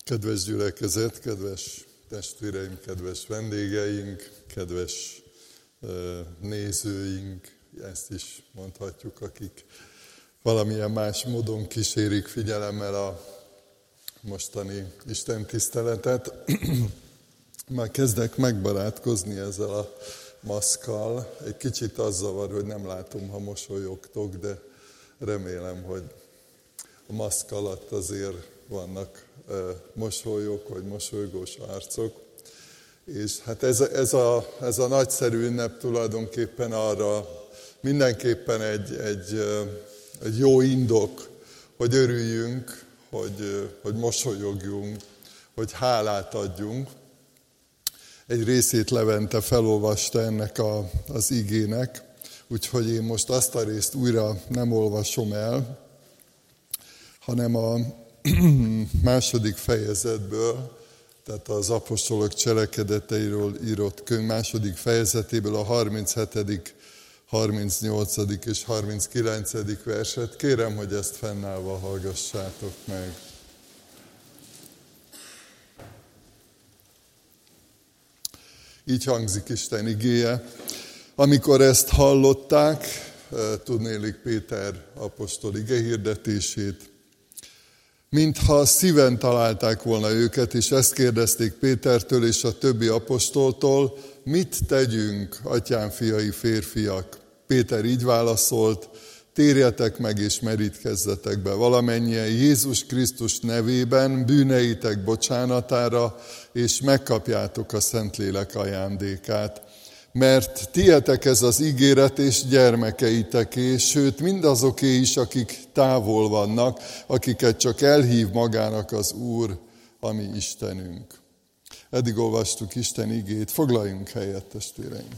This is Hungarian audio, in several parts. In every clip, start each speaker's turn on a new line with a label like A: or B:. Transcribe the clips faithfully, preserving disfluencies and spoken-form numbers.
A: Kedves gyülekezet, kedves testvéreim, kedves vendégeink, kedves nézőink, ezt is mondhatjuk, akik valamilyen más módon kísérik figyelemmel a mostani Isten tiszteletet. Már kezdek megbarátkozni ezzel a maszkkal. Egy kicsit az zavar, hogy nem látom, ha mosolyogtok, de remélem, hogy a maszk alatt azért vannak mosolyok, vagy mosolygós arcok. És hát ez, ez, a, ez a nagyszerű ünnep tulajdonképpen arra mindenképpen egy, egy, egy jó indok, hogy örüljünk, hogy, hogy mosolyogjunk, hogy hálát adjunk. Egy részét Levente felolvasta ennek a, az igének, úgyhogy én most azt a részt újra nem olvasom el, hanem a második fejezetből, tehát az apostolok cselekedeteiről írott könyv második fejezetéből a harminchetedik, harmincnyolcadik és harminckilencedik verset. Kérem, hogy ezt fennállva hallgassátok meg. Így hangzik Isten igéje. Amikor ezt hallották, tudnélik Péter apostol igehirdetését, mintha szíven találták volna őket, és ezt kérdezték Pétertől és a többi apostoltól, mit tegyünk, atyám fiai, férfiak? Péter így válaszolt, térjetek meg és merítkezzetek be valamennyien Jézus Krisztus nevében bűneitek bocsánatára, és megkapjátok a Szentlélek ajándékát. Mert tietek ez az ígéret és gyermekeiteké, sőt mindazoké is, akik távol vannak, akiket csak elhív magának az Úr, a mi Istenünk. Eddig olvastuk Isten igét, foglaljunk helyet, testvéreim.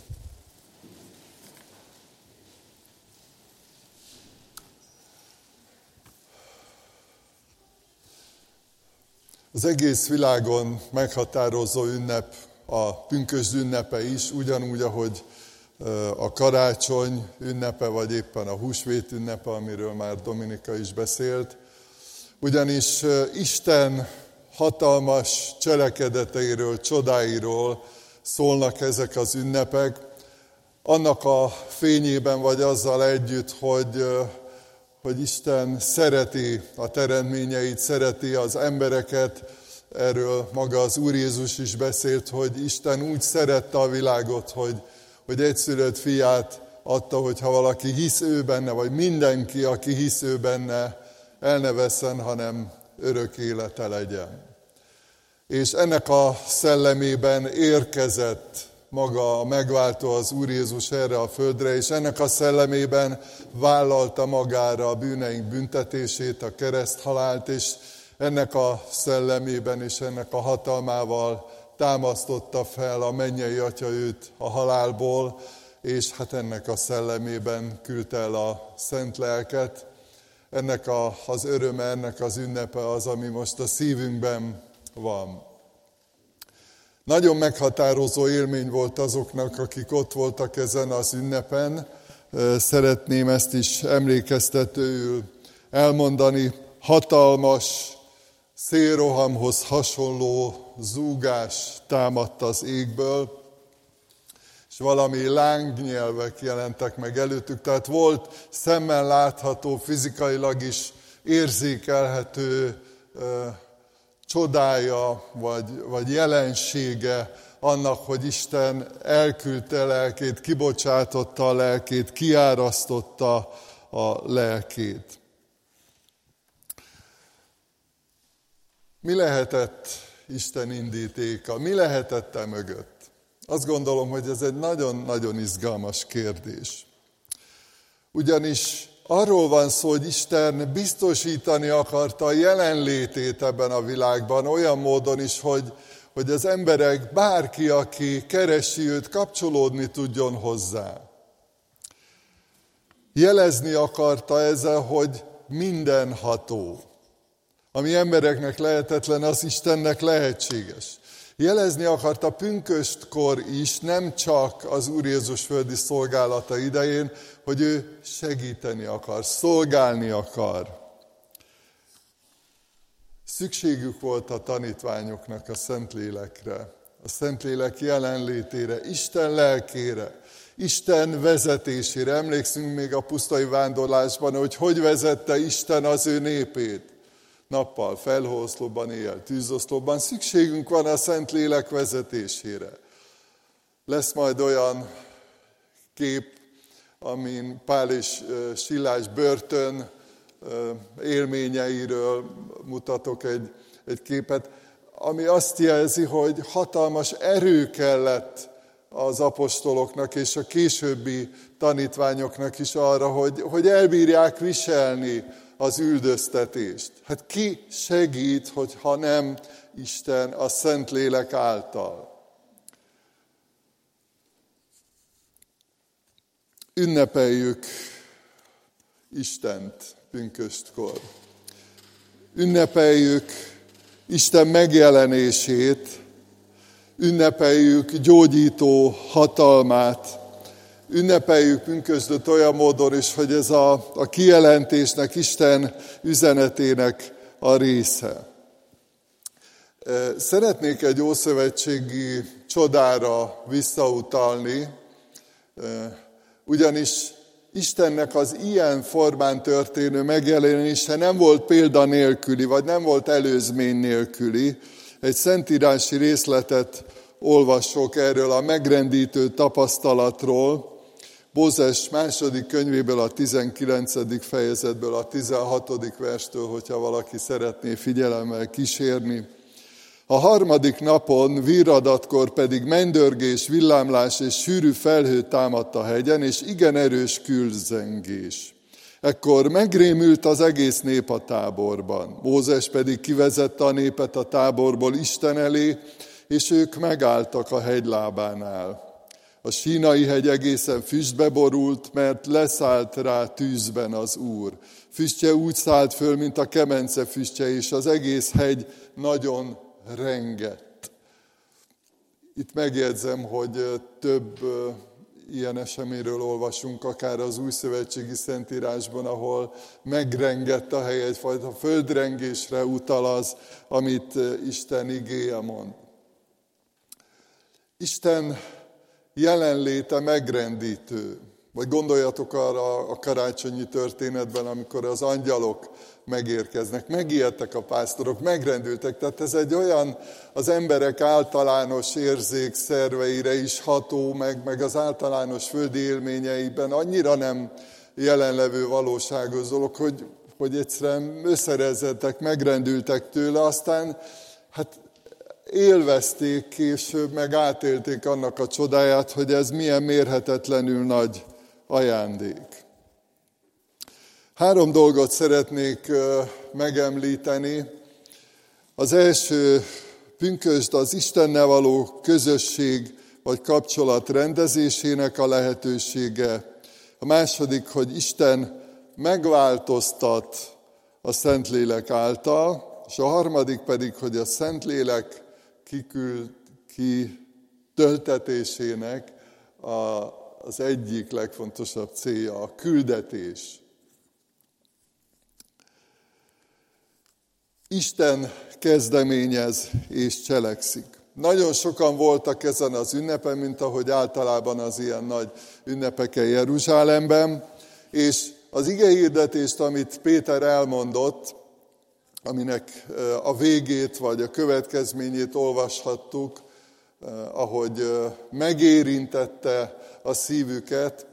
A: Az egész világon meghatározó ünnep a pünkösd ünnepe is, ugyanúgy, ahogy a karácsony ünnepe, vagy éppen a húsvét ünnepe, amiről már Dominika is beszélt. Ugyanis Isten hatalmas cselekedeteiről, csodáiról szólnak ezek az ünnepek, annak a fényében, vagy azzal együtt, hogy, hogy Isten szereti a teremtményeit, szereti az embereket. Erről maga az Úr Jézus is beszélt, hogy Isten úgy szerette a világot, hogy, hogy egyszülött fiát adta, hogyha valaki hisz ő benne, vagy mindenki, aki hisz ő benne, el ne vesszen, hanem örök élete legyen. És ennek a szellemében érkezett maga a megváltó, az Úr Jézus erre a földre, és ennek a szellemében vállalta magára a bűneink büntetését, a kereszthalált, és ennek a szellemében és ennek a hatalmával támasztotta fel a mennyei Atya őt a halálból, és hát ennek a szellemében küldte el a Szent Lelket. Ennek a, az öröme, ennek az ünnepe az, ami most a szívünkben van. Nagyon meghatározó élmény volt azoknak, akik ott voltak ezen az ünnepen. Szeretném ezt is emlékeztetőül elmondani. Hatalmas, szélrohamhoz hasonló zúgás támadt az égből, és valami lángnyelvek jelentek meg előttük, tehát volt szemmel látható, fizikailag is érzékelhető ö, csodája, vagy, vagy jelensége annak, hogy Isten elküldte lelkét, kibocsátotta a lelkét, kiárasztotta a lelkét. Mi lehetett Isten indítéka? Mi lehetett e mögött? Azt gondolom, hogy ez egy nagyon-nagyon izgalmas kérdés. Ugyanis arról van szó, hogy Isten biztosítani akarta a jelenlétét ebben a világban, olyan módon is, hogy, hogy az emberek, bárki, aki keresi őt, kapcsolódni tudjon hozzá. Jelezni akarta ezzel, hogy mindenható. Ami embereknek lehetetlen, az Istennek lehetséges. Jelezni akarta pünköstkor is, nem csak az Úr Jézus földi szolgálata idején, hogy ő segíteni akar, szolgálni akar. Szükségük volt a tanítványoknak a Szentlélekre, a Szentlélek jelenlétére, Isten lelkére, Isten vezetésére. Emlékszünk még a pusztai vándorlásban, hogy hogy vezette Isten az ő népét. Nappal felhőoszlopban, éjjel tűzoszlopban. Szükségünk van a Szentlélek vezetésére. Lesz majd olyan kép, amin Pál és Sillás börtön élményeiről mutatok egy, egy képet, ami azt jelzi, hogy hatalmas erő kellett az apostoloknak és a későbbi tanítványoknak is arra, hogy, hogy elbírják viselni az üldöztetést. Hát ki segít, hogyha nem Isten a Szentlélek által? Ünnepeljük Istent pünköstkor. Ünnepeljük Isten megjelenését, ünnepeljük gyógyító hatalmát, ünnepeljük pünkösdöt olyan módon is, hogy ez a, a kijelentésnek, Isten üzenetének a része. Szeretnék egy ószövetségi csodára visszautalni, ugyanis Istennek az ilyen formán történő megjelenése nem volt példa nélküli, vagy nem volt előzmény nélküli. Egy szentírási részletet olvasok erről a megrendítő tapasztalatról. Mózes második könyvéből, a tizenkilencedik fejezetből, a tizenhatodik verstől, hogyha valaki szeretné figyelemmel kísérni. A harmadik napon, virradatkor pedig mennydörgés, villámlás és sűrű felhő támadt a hegyen, és igen erős külzengés. Ekkor megrémült az egész nép a táborban. Mózes pedig kivezette a népet a táborból Isten elé, és ők megálltak a hegylábánál. A Sínai hegy egészen füstbe borult, mert leszállt rá tűzben az Úr. Füstje úgy szállt föl, mint a kemence füstje, és az egész hegy nagyon rengett. Itt megjegyzem, hogy több ilyen eseményről olvasunk, akár az Újszövetségi Szentírásban, ahol megrengett a hely, egyfajta földrengésre utal az, amit Isten igéje mond. Isten jelenléte megrendítő. Vagy gondoljatok arra a karácsonyi történetben, amikor az angyalok megérkeznek, megijedtek a pásztorok, megrendültek. Tehát ez egy olyan az emberek általános érzékszerveire is ható, meg, meg az általános földi élményeiben annyira nem jelenlevő valóságos dolog, hogy, hogy egyszerűen összerezzettek, megrendültek tőle, aztán hát élvezték később, meg átélték annak a csodáját, hogy ez milyen mérhetetlenül nagy ajándék. Három dolgot szeretnék megemlíteni. Az első pünkösd az Istennel való közösség vagy kapcsolat rendezésének a lehetősége. A második, hogy Isten megváltoztat a Szentlélek által, és a harmadik pedig, hogy a Szentlélek kiküld, kitöltetésének a, az egyik legfontosabb célja, a küldetés. Isten kezdeményez és cselekszik. Nagyon sokan voltak ezen az ünnepen, mint ahogy általában az ilyen nagy ünnepeken Jeruzsálemben, és az igehirdetést, amit Péter elmondott, aminek a végét vagy a következményét olvashattuk, ahogy megérintette a szívüket,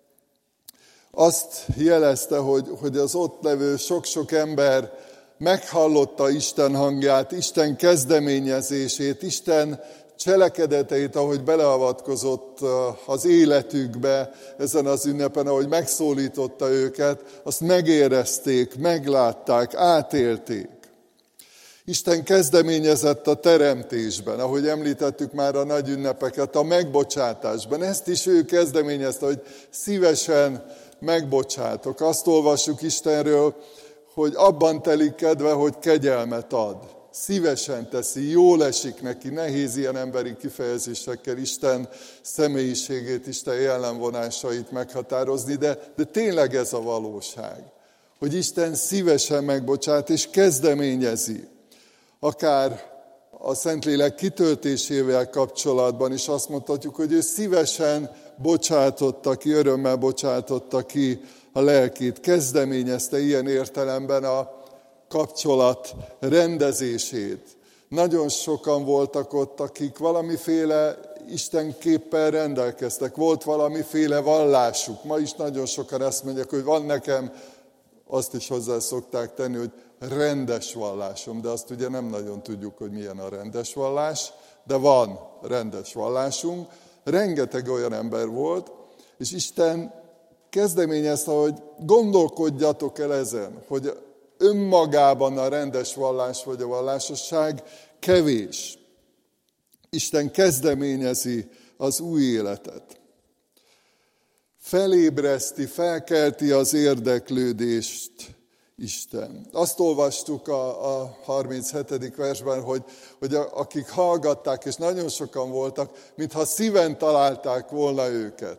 A: azt jelezte, hogy, hogy az ott levő sok-sok ember meghallotta Isten hangját, Isten kezdeményezését, Isten cselekedeteit, ahogy beleavatkozott az életükbe ezen az ünnepen, ahogy megszólította őket, azt megérezték, meglátták, átélték. Isten kezdeményezett a teremtésben, ahogy említettük már a nagy ünnepeket, a megbocsátásban. Ezt is ő kezdeményezte, hogy szívesen megbocsátok. Azt olvassuk Istenről, hogy abban telik kedve, hogy kegyelmet ad. Szívesen teszi, jól esik neki, nehéz ilyen emberi kifejezésekkel Isten személyiségét, Isten jellemvonásait meghatározni, de, de tényleg ez a valóság, hogy Isten szívesen megbocsát és kezdeményezi. akár a Szentlélek kitöltésével kapcsolatban is azt mondhatjuk, hogy ő szívesen bocsátotta ki, örömmel bocsátotta ki a lelkét, kezdeményezte ilyen értelemben a kapcsolat rendezését. Nagyon sokan voltak ott, akik valamiféle istenképpel rendelkeztek, volt valamiféle vallásuk. Ma is nagyon sokan ezt mondják, hogy van nekem, azt is hozzá szokták tenni, hogy rendes vallásom, de azt ugye nem nagyon tudjuk, hogy milyen a rendes vallás, de van rendes vallásunk. Rengeteg olyan ember volt, és Isten kezdeményezte, hogy gondolkodjatok el ezen, hogy önmagában a rendes vallás vagy a vallásosság kevés. Isten kezdeményezi az új életet. Felébreszti, felkelti az érdeklődést Isten. Azt olvastuk a, a harminchetedik versben, hogy, hogy a, akik hallgatták, és nagyon sokan voltak, mintha szíven találták volna őket.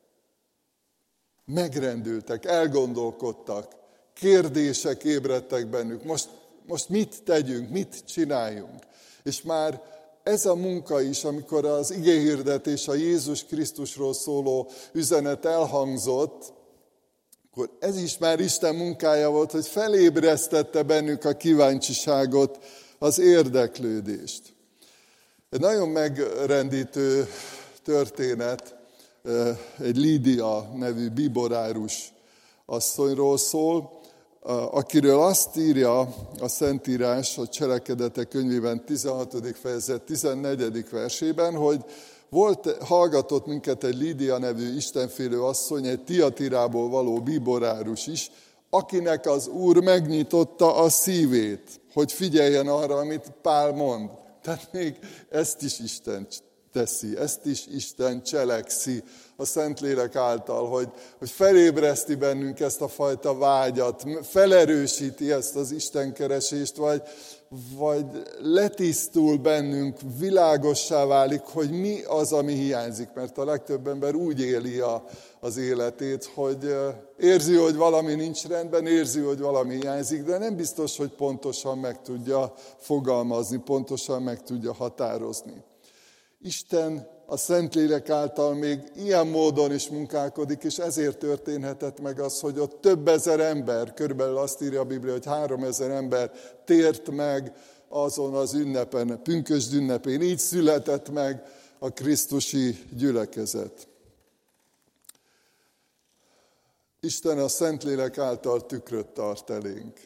A: Megrendültek, elgondolkodtak, kérdések ébredtek bennük. Most, most mit tegyünk, mit csináljunk? És már ez a munka is, amikor az igehirdetés, a Jézus Krisztusról szóló üzenet elhangzott, akkor ez is már Isten munkája volt, hogy felébresztette bennük a kíváncsiságot, az érdeklődést. Egy nagyon megrendítő történet, egy Lídia nevű bíborárus asszonyról szól, akiről azt írja a Szentírás a Cselekedetek könyvében tizenhatodik fejezet tizennegyedik versében, hogy volt, hallgatott minket egy Lídia nevű istenfélő asszony, egy Tiatirából való bíborárus is, akinek az Úr megnyitotta a szívét, hogy figyeljen arra, amit Pál mond. Tehát még ezt is Isten teszi, ezt is Isten cselekszi a Szentlélek által, hogy, hogy felébreszti bennünk ezt a fajta vágyat, felerősíti ezt az Istenkeresést, vagy, vagy letisztul bennünk, világossá válik, hogy mi az, ami hiányzik. Mert a legtöbb ember úgy éli a, az életét, hogy érzi, hogy valami nincs rendben, érzi, hogy valami hiányzik, de nem biztos, hogy pontosan meg tudja fogalmazni, pontosan meg tudja határozni. Isten a Szentlélek által még ilyen módon is munkálkodik, és ezért történhetett meg az, hogy ott több ezer ember, körülbelül azt írja a Biblia, hogy három ezer ember tért meg azon az ünnepen, pünkösd ünnepén. Így született meg a krisztusi gyülekezet. Isten a Szentlélek által tükröt tart elénk.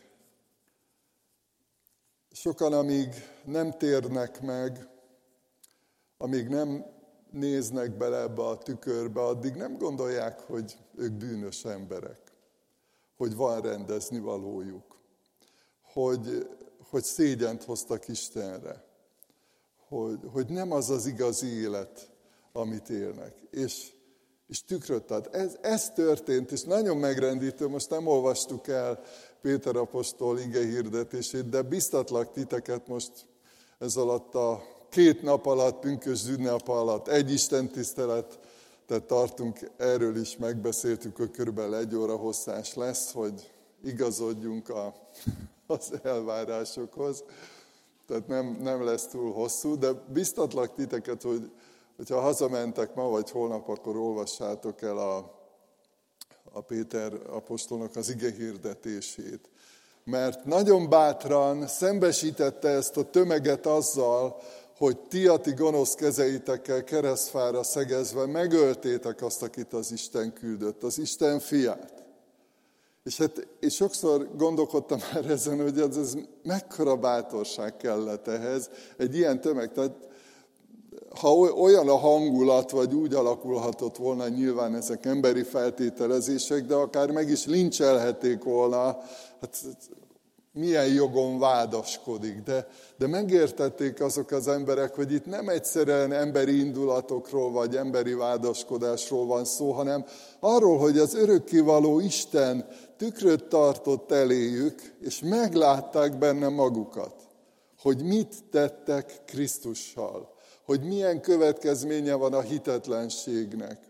A: Sokan, amíg nem térnek meg, amíg nem néznek bele ebbe a tükörbe, addig nem gondolják, hogy ők bűnös emberek, hogy van rendezni valójuk, hogy, hogy szégyent hoztak Istenre, hogy, hogy nem az az igazi élet, amit élnek. És, és tükröt ad. Ez, ez történt, és nagyon megrendítő, most nem olvastuk el Péter apostol igehirdetését, de biztatlak titeket most ez alatt a két nap alatt, pünkösd ünnep alatt egy istentiszteletet tartunk, erről is megbeszéltük, hogy körülbelül egy óra hosszás lesz, hogy igazodjunk a, az elvárásokhoz. Tehát nem, nem lesz túl hosszú, de biztatlak titeket, hogy hogyha hazamentek ma vagy holnap, akkor olvassátok el a, a Péter apostolnak az igehirdetését. Mert nagyon bátran szembesítette ezt a tömeget azzal, hogy ti a ti gonosz kezeitekkel keresztfára szegezve megöltétek azt, akit az Isten küldött, az Isten fiát. És, hát, és sokszor gondolkodtam már ezen, hogy ez, ez mekkora bátorság kellett ehhez, egy ilyen tömeg. Tehát, ha olyan a hangulat, vagy úgy alakulhatott volna, nyilván ezek emberi feltételezések, de akár meg is lincselhették volna, hát milyen jogon vádaskodik. De, de megértették azok az emberek, hogy itt nem egyszerűen emberi indulatokról, vagy emberi vádaskodásról van szó, hanem arról, hogy az örökkévaló Isten tükröt tartott eléjük, és meglátták benne magukat, hogy mit tettek Krisztussal, hogy milyen következménye van a hitetlenségnek,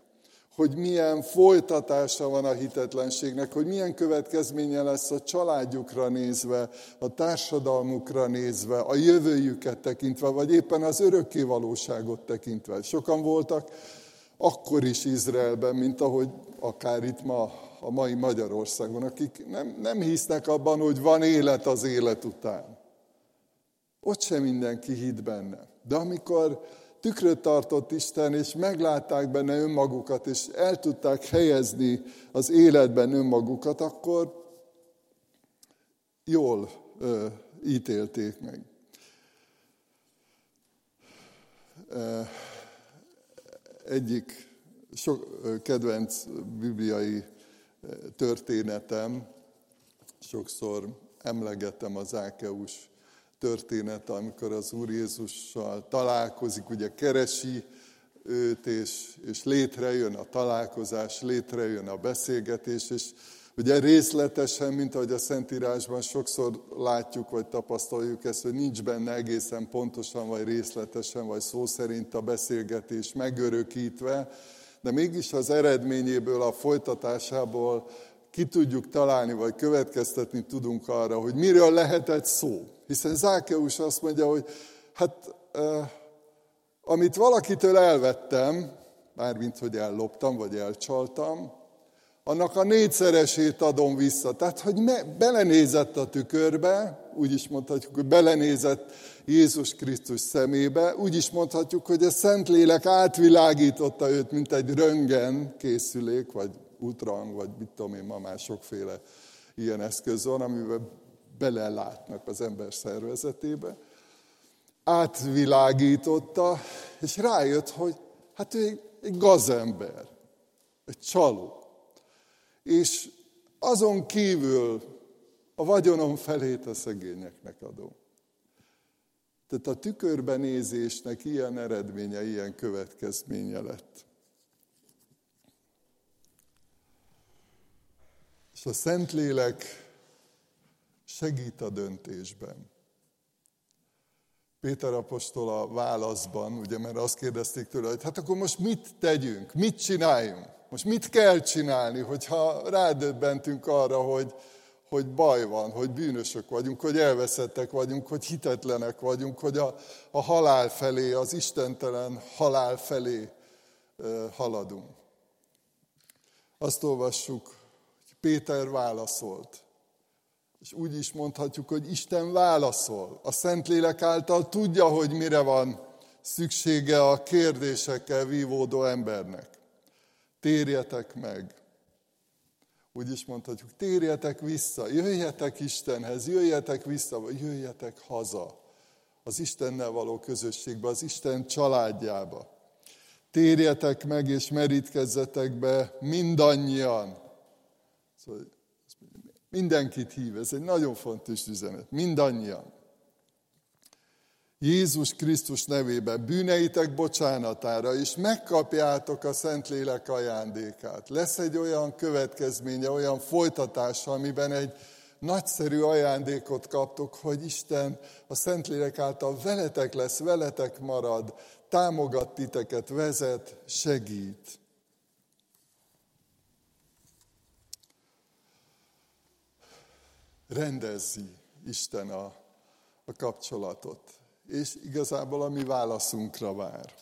A: hogy milyen folytatása van a hitetlenségnek, hogy milyen következménye lesz a családjukra nézve, a társadalmukra nézve, a jövőjüket tekintve, vagy éppen az örökké valóságot tekintve. Sokan voltak akkor is Izraelben, mint ahogy akár itt ma, a mai Magyarországon, akik nem, nem hisznek abban, hogy van élet az élet után. Ott sem mindenki hitt benne. De amikor tükröt tartott Isten, és meglátták benne önmagukat, és el tudták helyezni az életben önmagukat, akkor jól ö, ítélték meg. Egyik sok kedvenc bibliai történetem, sokszor emlegetem az Zákeus története, amikor az Úr Jézussal találkozik, ugye keresi őt, és, és létrejön a találkozás, létrejön a beszélgetés, és ugye részletesen, mint ahogy a Szentírásban sokszor látjuk, vagy tapasztaljuk ezt, hogy nincs benne egészen pontosan, vagy részletesen, vagy szó szerint a beszélgetés megörökítve, de mégis az eredményéből, a folytatásából ki tudjuk találni, vagy következtetni tudunk arra, hogy miről lehetett szó. Hiszen Zákeus azt mondja, hogy hát eh, amit valakitől elvettem, mármint hogy elloptam, vagy elcsaltam, annak a négyszeresét adom vissza. Tehát, hogy me, belenézett a tükörbe, úgy is mondhatjuk, hogy belenézett Jézus Krisztus szemébe, úgy is mondhatjuk, hogy a Szentlélek átvilágította őt, mint egy röntgen készülék, vagy ultrahang, vagy mit tudom én, ma már sokféle ilyen eszköz van, amiben belelátnak az ember szervezetébe. Átvilágította, és rájött, hogy hát ő egy, egy gazember, egy csaló. És azon kívül a vagyonom felét a szegényeknek adom. Tehát a tükörbenézésnek ilyen eredménye, ilyen következménye lett. És a Szentlélek segít a döntésben. Péter apostol a válaszban, ugye, mert azt kérdezték tőle, hogy hát akkor most mit tegyünk, mit csináljunk? Most mit kell csinálni, hogyha rádöbbentünk arra, hogy, hogy baj van, hogy bűnösök vagyunk, hogy elveszettek vagyunk, hogy hitetlenek vagyunk, hogy a, a halál felé, az istentelen halál felé uh, haladunk. Azt olvassuk, hogy Péter válaszolt. És úgy is mondhatjuk, hogy Isten válaszol. A Szentlélek által tudja, hogy mire van szüksége a kérdésekkel vívódó embernek. Térjetek meg. Úgy is mondhatjuk, térjetek vissza, jöjjetek Istenhez, jöjjetek vissza, vagy jöjjetek haza. Az Istennel való közösségbe, az Isten családjába. Térjetek meg és merítkezzetek be mindannyian. Szóval mindenkit hív, ez egy nagyon fontos üzenet. Mindannyian. Jézus Krisztus nevében bűneitek bocsánatára, és megkapjátok a Szentlélek ajándékát. Lesz egy olyan következménye, olyan folytatása, amiben egy nagyszerű ajándékot kaptok, hogy Isten a Szentlélek által veletek lesz, veletek marad, támogat titeket, vezet, segít. Rendezzi Isten a, a kapcsolatot, és igazából a mi válaszunkra vár.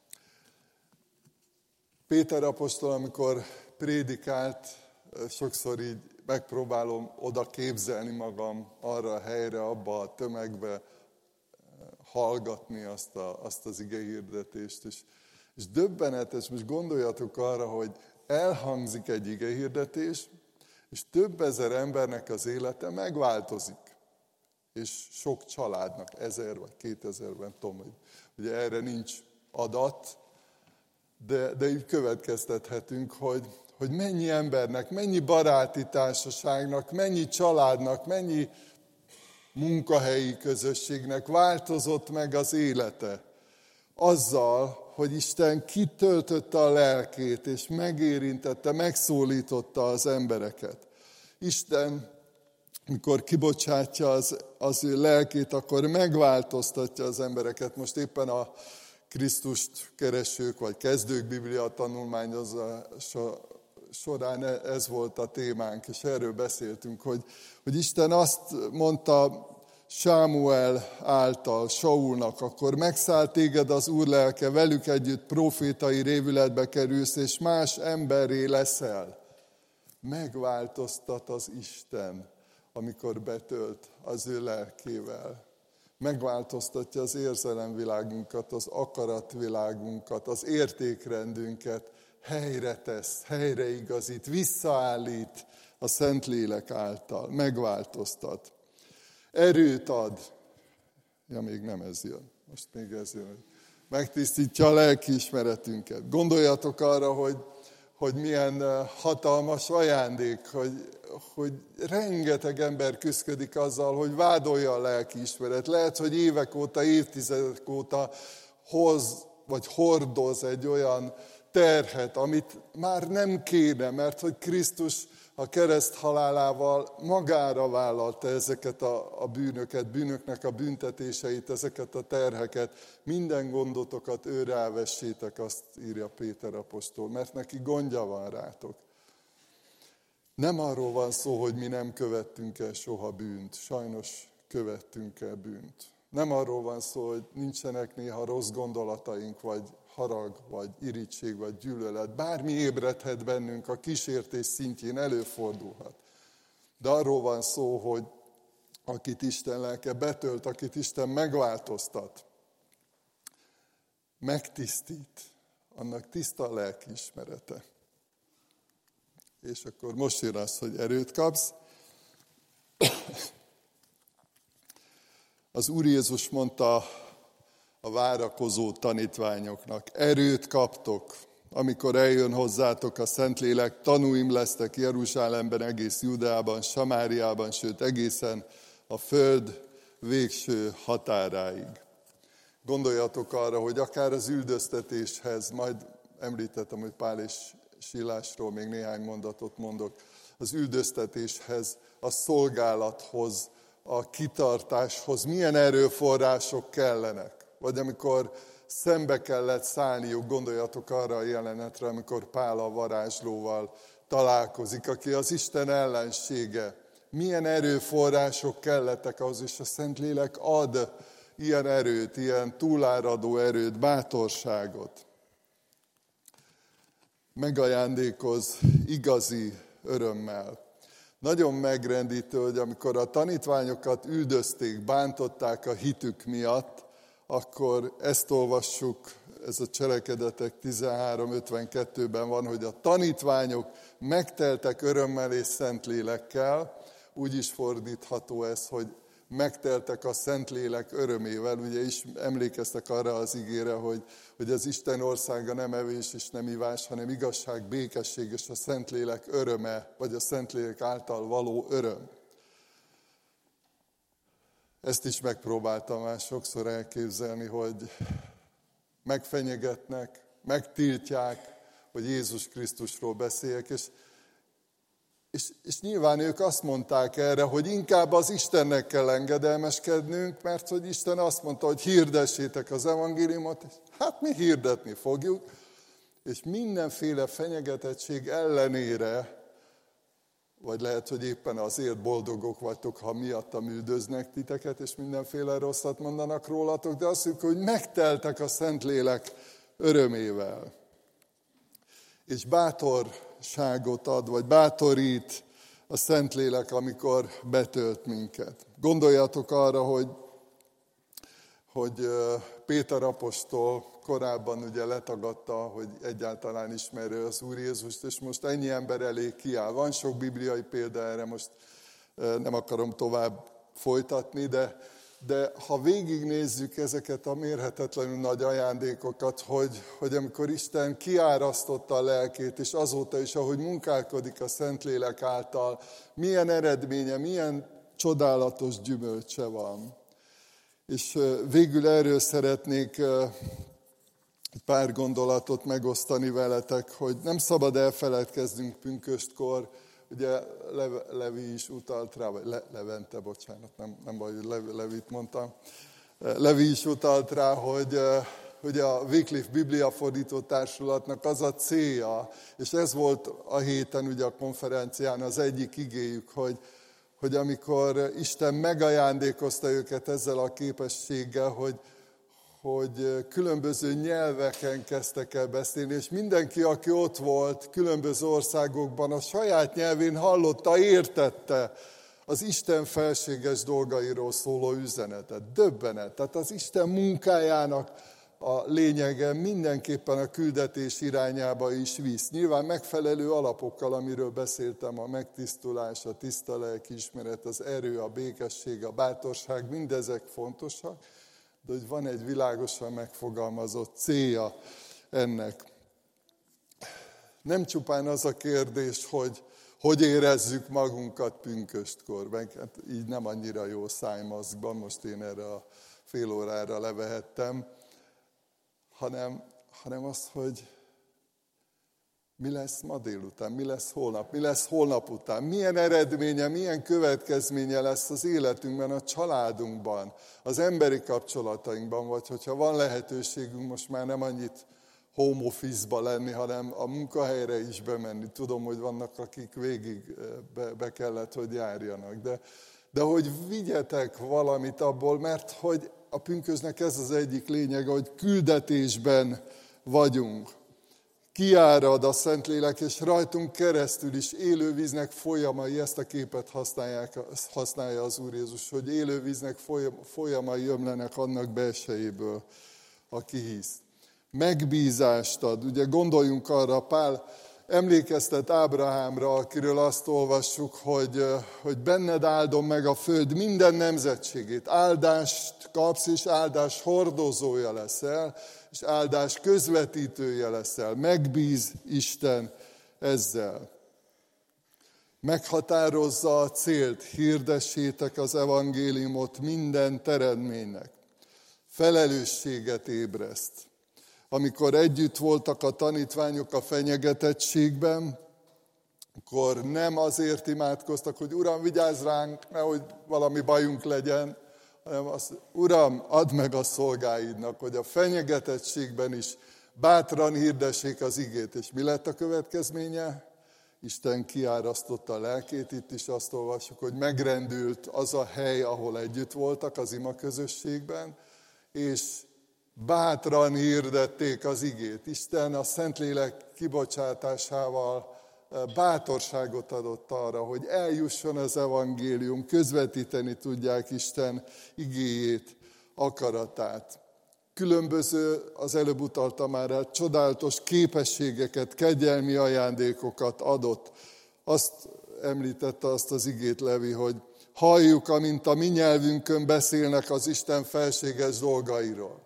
A: Péter apostol, amikor prédikált, sokszor így megpróbálom oda képzelni magam arra a helyre, abba a tömegbe, hallgatni azt, a, azt az igehirdetést. És, és döbbenetes, most gondoljatok arra, hogy elhangzik egy igehirdetés, és több ezer embernek az élete megváltozik. És sok családnak, ezer vagy kétezerben, tudom, hogy ugye erre nincs adat, de, de így következtethetünk, hogy, hogy mennyi embernek, mennyi baráti társaságnak, mennyi családnak, mennyi munkahelyi közösségnek változott meg az élete. Azzal, hogy Isten kitöltötte a lelkét, és megérintette, megszólította az embereket. Isten, mikor kibocsátja az, az ő lelkét, akkor megváltoztatja az embereket. Most éppen a Krisztust keresők, vagy kezdők Biblia tanulmányozása során ez volt a témánk, és erről beszéltünk, hogy, hogy Isten azt mondta Sámuel által Saulnak, akkor megszáll téged az Úr lelke, velük együtt profétai révületbe kerülsz, és más emberré leszel. Megváltoztat az Isten, amikor betölt az ő lelkével. Megváltoztatja az érzelemvilágunkat, az akaratvilágunkat, az értékrendünket, helyre tesz, helyreigazít, visszaállít a Szentlélek által, megváltoztat. Erőt ad. Ja, még nem ez jön. Most még ez jön. Megtisztítja a lelkiismeretünket. Gondoljatok arra, hogy, hogy milyen hatalmas ajándék, hogy, hogy rengeteg ember küszködik azzal, hogy vádolja a lelkiismeret. Lehet, hogy évek óta, évtizedek óta hoz, vagy hordoz egy olyan terhet, amit már nem kéne, mert hogy Krisztus a kereszt halálával magára vállalta ezeket a, a bűnöket, bűnöknek a büntetéseit, ezeket a terheket. Minden gondotokat őre elvessétek, azt írja Péter apostol, mert neki gondja van rátok. Nem arról van szó, hogy mi nem követtünk el soha bűnt, sajnos követtünk el bűnt. Nem arról van szó, hogy nincsenek néha rossz gondolataink, vagy harag, vagy irigység, vagy gyűlölet. Bármi ébredhet bennünk, a kísértés szintjén előfordulhat. De arról van szó, hogy akit Isten lelke betölt, akit Isten megváltoztat, megtisztít, annak tiszta a lelkiismerete. És akkor most jön az, hogy erőt kapsz. Az Úr Jézus mondta a várakozó tanítványoknak, erőt kaptok, amikor eljön hozzátok a Szentlélek, tanúim lesztek Jeruzsálemben, egész Judeában, Samáriában, sőt egészen a föld végső határáig. Gondoljatok arra, hogy akár az üldöztetéshez, majd említettem, hogy Pál és Silásról még néhány mondatot mondok, az üldöztetéshez, a szolgálathoz, a kitartáshoz milyen erőforrások kellenek. Vagy amikor szembe kellett szállniuk, gondoljatok arra a jelenetre, amikor Pál a varázslóval találkozik, aki az Isten ellensége. Milyen erőforrások kellettek ahhoz, és a Szentlélek ad ilyen erőt, ilyen túláradó erőt, bátorságot. Megajándékoz igazi örömmel. Nagyon megrendítő, hogy amikor a tanítványokat üldözték, bántották a hitük miatt, akkor ezt olvassuk, ez a Cselekedetek tizenhárom ötvenkettőben van, hogy a tanítványok megteltek örömmel és Szentlélekkel, úgy is fordítható ez, hogy megteltek a Szentlélek örömével. Ugye is emlékeztek arra az igére, hogy, hogy az Isten országa nem evés és nem ivás, hanem igazság, békesség és a Szentlélek öröme, vagy a Szentlélek által való öröm. Ezt is megpróbáltam már sokszor elképzelni, hogy megfenyegetnek, megtiltják, hogy Jézus Krisztusról beszéljek, és, és, és nyilván ők azt mondták erre, hogy inkább az Istennek kell engedelmeskednünk, mert hogy Isten azt mondta, hogy hirdessétek az evangéliumot, és hát mi hirdetni fogjuk, és mindenféle fenyegetettség ellenére, vagy lehet, hogy éppen azért boldogok vagytok, ha miattam üldöznek titeket, és mindenféle rosszat mondanak rólatok, de azt mondjuk, hogy megteltek a Szentlélek örömével. És bátorságot ad, vagy bátorít a Szentlélek, amikor betölt minket. Gondoljatok arra, hogy, hogy Péter apostol korábban ugye letagadta, hogy egyáltalán ismerő az Úr Jézust, és most ennyi ember elé kiáll. Van sok bibliai példa erre, most nem akarom tovább folytatni, de, de ha végignézzük ezeket a mérhetetlenül nagy ajándékokat, hogy, hogy amikor Isten kiárasztotta a lelkét, és azóta is, ahogy munkálkodik a Szentlélek által, milyen eredménye, milyen csodálatos gyümölcse van. És végül erről szeretnék egy pár gondolatot megosztani veletek, hogy nem szabad elfeledkeznünk pünköstkor, ugye Levi is utalt rá, vagy Le, Levente, bocsánat, nem, nem baj, hogy Levit mondtam. Levi is utalt rá, hogy, hogy a Wycliffe Bibliafordító Társulatnak az a célja, és ez volt a héten ugye a konferencián az egyik igéjük, hogy, hogy amikor Isten megajándékozta őket ezzel a képességgel, hogy, hogy különböző nyelveken kezdtek el beszélni, és mindenki, aki ott volt különböző országokban, a saját nyelvén hallotta, értette az Isten felséges dolgairól szóló üzenetet. Döbbenet. Tehát az Isten munkájának a lényege mindenképpen a küldetés irányába is visz. Nyilván megfelelő alapokkal, amiről beszéltem, a megtisztulás, a tiszta lelkiismeret, az erő, a békesség, a bátorság, mindezek fontosak, de hogy van egy világosan megfogalmazott célja ennek. Nem csupán az a kérdés, hogy hogy érezzük magunkat pünköstkor, meg hát így nem annyira jó szájmaszkban, most én erre a fél órára levehettem, hanem, hanem az, hogy mi lesz ma délután, mi lesz holnap, mi lesz holnap után, milyen eredménye, milyen következménye lesz az életünkben, a családunkban, az emberi kapcsolatainkban, vagy hogyha van lehetőségünk most már nem annyit home office-ba lenni, hanem a munkahelyre is bemenni. Tudom, hogy vannak, akik végig be, be kellett, hogy járjanak, de, de hogy vigyetek valamit abból, mert hogy a pünkösdnek ez az egyik lényege, hogy küldetésben vagyunk. Kiárad a Szentlélek, és rajtunk keresztül is élővíznek folyamai, ezt a képet használják, használja az Úr Jézus, hogy élővíznek folyamai ömlenek annak belsejéből, aki hisz. Megbízást ad. Ugye gondoljunk arra, Pál emlékeztet Ábrahámra, akiről azt olvassuk, hogy, hogy benned áldom meg a föld minden nemzetségét. Áldást kapsz, és áldás hordozója leszel, és áldás közvetítője leszel. Megbíz Isten ezzel. Meghatározza a célt, hirdessétek az evangéliumot minden teremtménynek. Felelősséget ébreszt. Amikor együtt voltak a tanítványok a fenyegetettségben, akkor nem azért imádkoztak, hogy Uram, vigyázz ránk, nehogy valami bajunk legyen, hanem azt, Uram, add meg a szolgáidnak, hogy a fenyegetettségben is bátran hirdessék az igét. És mi lett a következménye? Isten kiárasztotta a lelkét, itt is azt olvassuk, hogy megrendült az a hely, ahol együtt voltak az ima közösségben, és bátran hirdették az igét. Isten a Szentlélek kibocsátásával bátorságot adott arra, hogy eljusson az evangélium, közvetíteni tudják Isten igéjét, akaratát. Különböző, az előbb utaltam már rá, csodálatos képességeket, kegyelmi ajándékokat adott. Azt említette azt az igét Levi, hogy halljuk, amint a mi nyelvünkön beszélnek az Isten felséges dolgairól.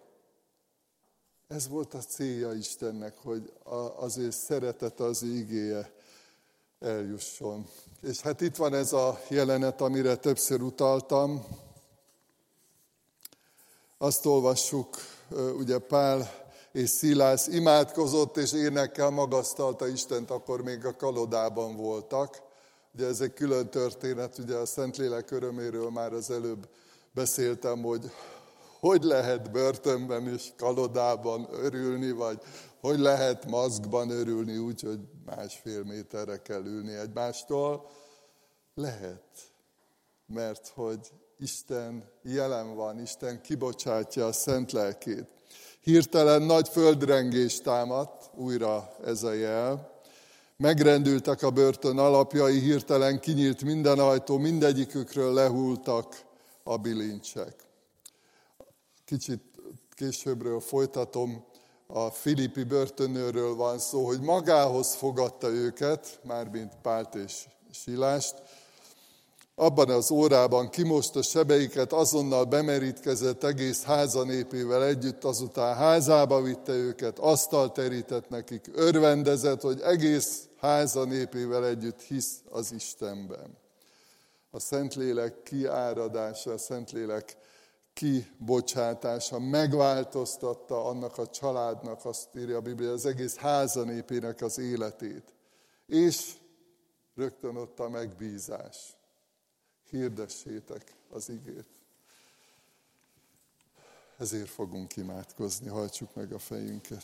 A: Ez volt a célja Istennek, hogy az ő szeretete, az ő igéje eljusson. És hát itt van ez a jelenet, amire többször utaltam. Azt olvassuk, ugye Pál és Szilász imádkozott, és énekkel magasztalta Istent, akkor még a kalodában voltak. Ugye ez egy külön történet, ugye a Szentlélek öröméről már az előbb beszéltem, hogy hogy lehet börtönben és kalodában örülni, vagy hogy lehet maszkban örülni úgy, hogy másfél méterre kell ülni egymástól. Lehet, mert hogy Isten jelen van, Isten kibocsátja a szent lelkét. Hirtelen nagy földrengés támadt, újra ez a jel. Megrendültek a börtön alapjai, hirtelen kinyílt minden ajtó, mindegyikükről lehultak a bilincsek. Kicsit későbbről folytatom, a filippi börtönőrről van szó, hogy magához fogadta őket, mármint Pált és Silást. Abban az órában kimosta sebeiket, azonnal bemerítkezett egész háza népével együtt, azután házába vitte őket, asztalt terített nekik, örvendezett, hogy egész háza népével együtt hisz az Istenben. A Szentlélek kiáradása, a Szentlélek kibocsátása megváltoztatta annak a családnak, azt írja a Biblia, az egész háza népének az életét. És rögtön ott a megbízás. Hirdessétek az igét. ezért fogunk imádkozni, hajtsuk meg a fejünket.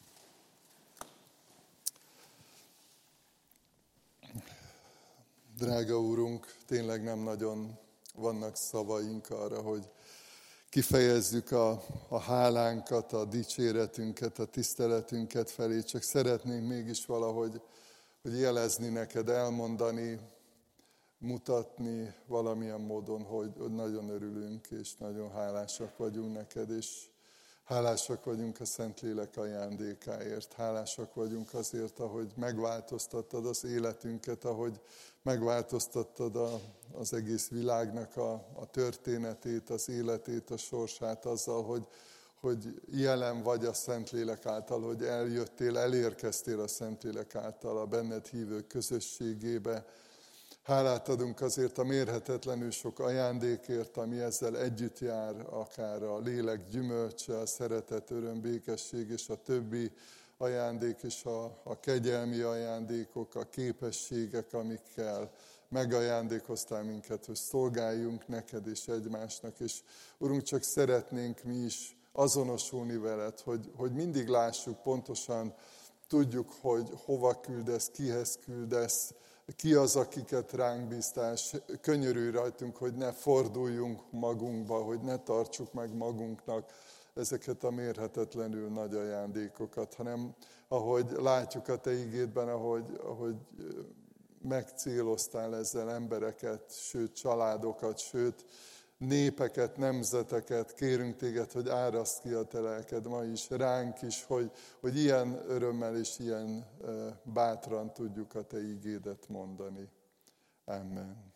A: Drága Úrunk, tényleg nem nagyon vannak szavaink arra, hogy kifejezzük a, a hálánkat, a dicséretünket, a tiszteletünket felé, csak szeretnénk mégis valahogy hogy jelezni neked, elmondani, mutatni valamilyen módon, hogy, hogy nagyon örülünk, és nagyon hálásak vagyunk neked, és hálásak vagyunk a Szentlélek ajándékáért. Hálásak vagyunk azért, ahogy megváltoztattad az életünket, ahogy megváltoztattad a, az egész világnak a, a történetét, az életét, a sorsát azzal, hogy, hogy jelen vagy a Szentlélek által, hogy eljöttél, elérkeztél a Szentlélek által a benned hívők közösségébe. Hálát adunk azért a mérhetetlenül sok ajándékért, ami ezzel együtt jár, akár a lélek gyümölcse, a szeretet, öröm, békesség és a többi ajándék, és a, a kegyelmi ajándékok, a képességek, amikkel megajándékoztál minket, hogy szolgáljunk neked és egymásnak. És Urunk, csak szeretnénk mi is azonosulni veled, hogy, hogy mindig lássuk pontosan, tudjuk, hogy hova küldesz, kihez küldesz, ki az, akiket ránk bíztál. Könyörülj rajtunk, hogy ne forduljunk magunkba, hogy ne tartsuk meg magunknak ezeket a mérhetetlenül nagy ajándékokat, hanem ahogy látjuk a te igédben, ahogy, ahogy megcéloztál ezzel embereket, sőt családokat, sőt népeket, nemzeteket, kérünk téged, hogy áraszd ki a te lelked ma is, ránk is, hogy, hogy ilyen örömmel és ilyen bátran tudjuk a te ígédet mondani. Amen.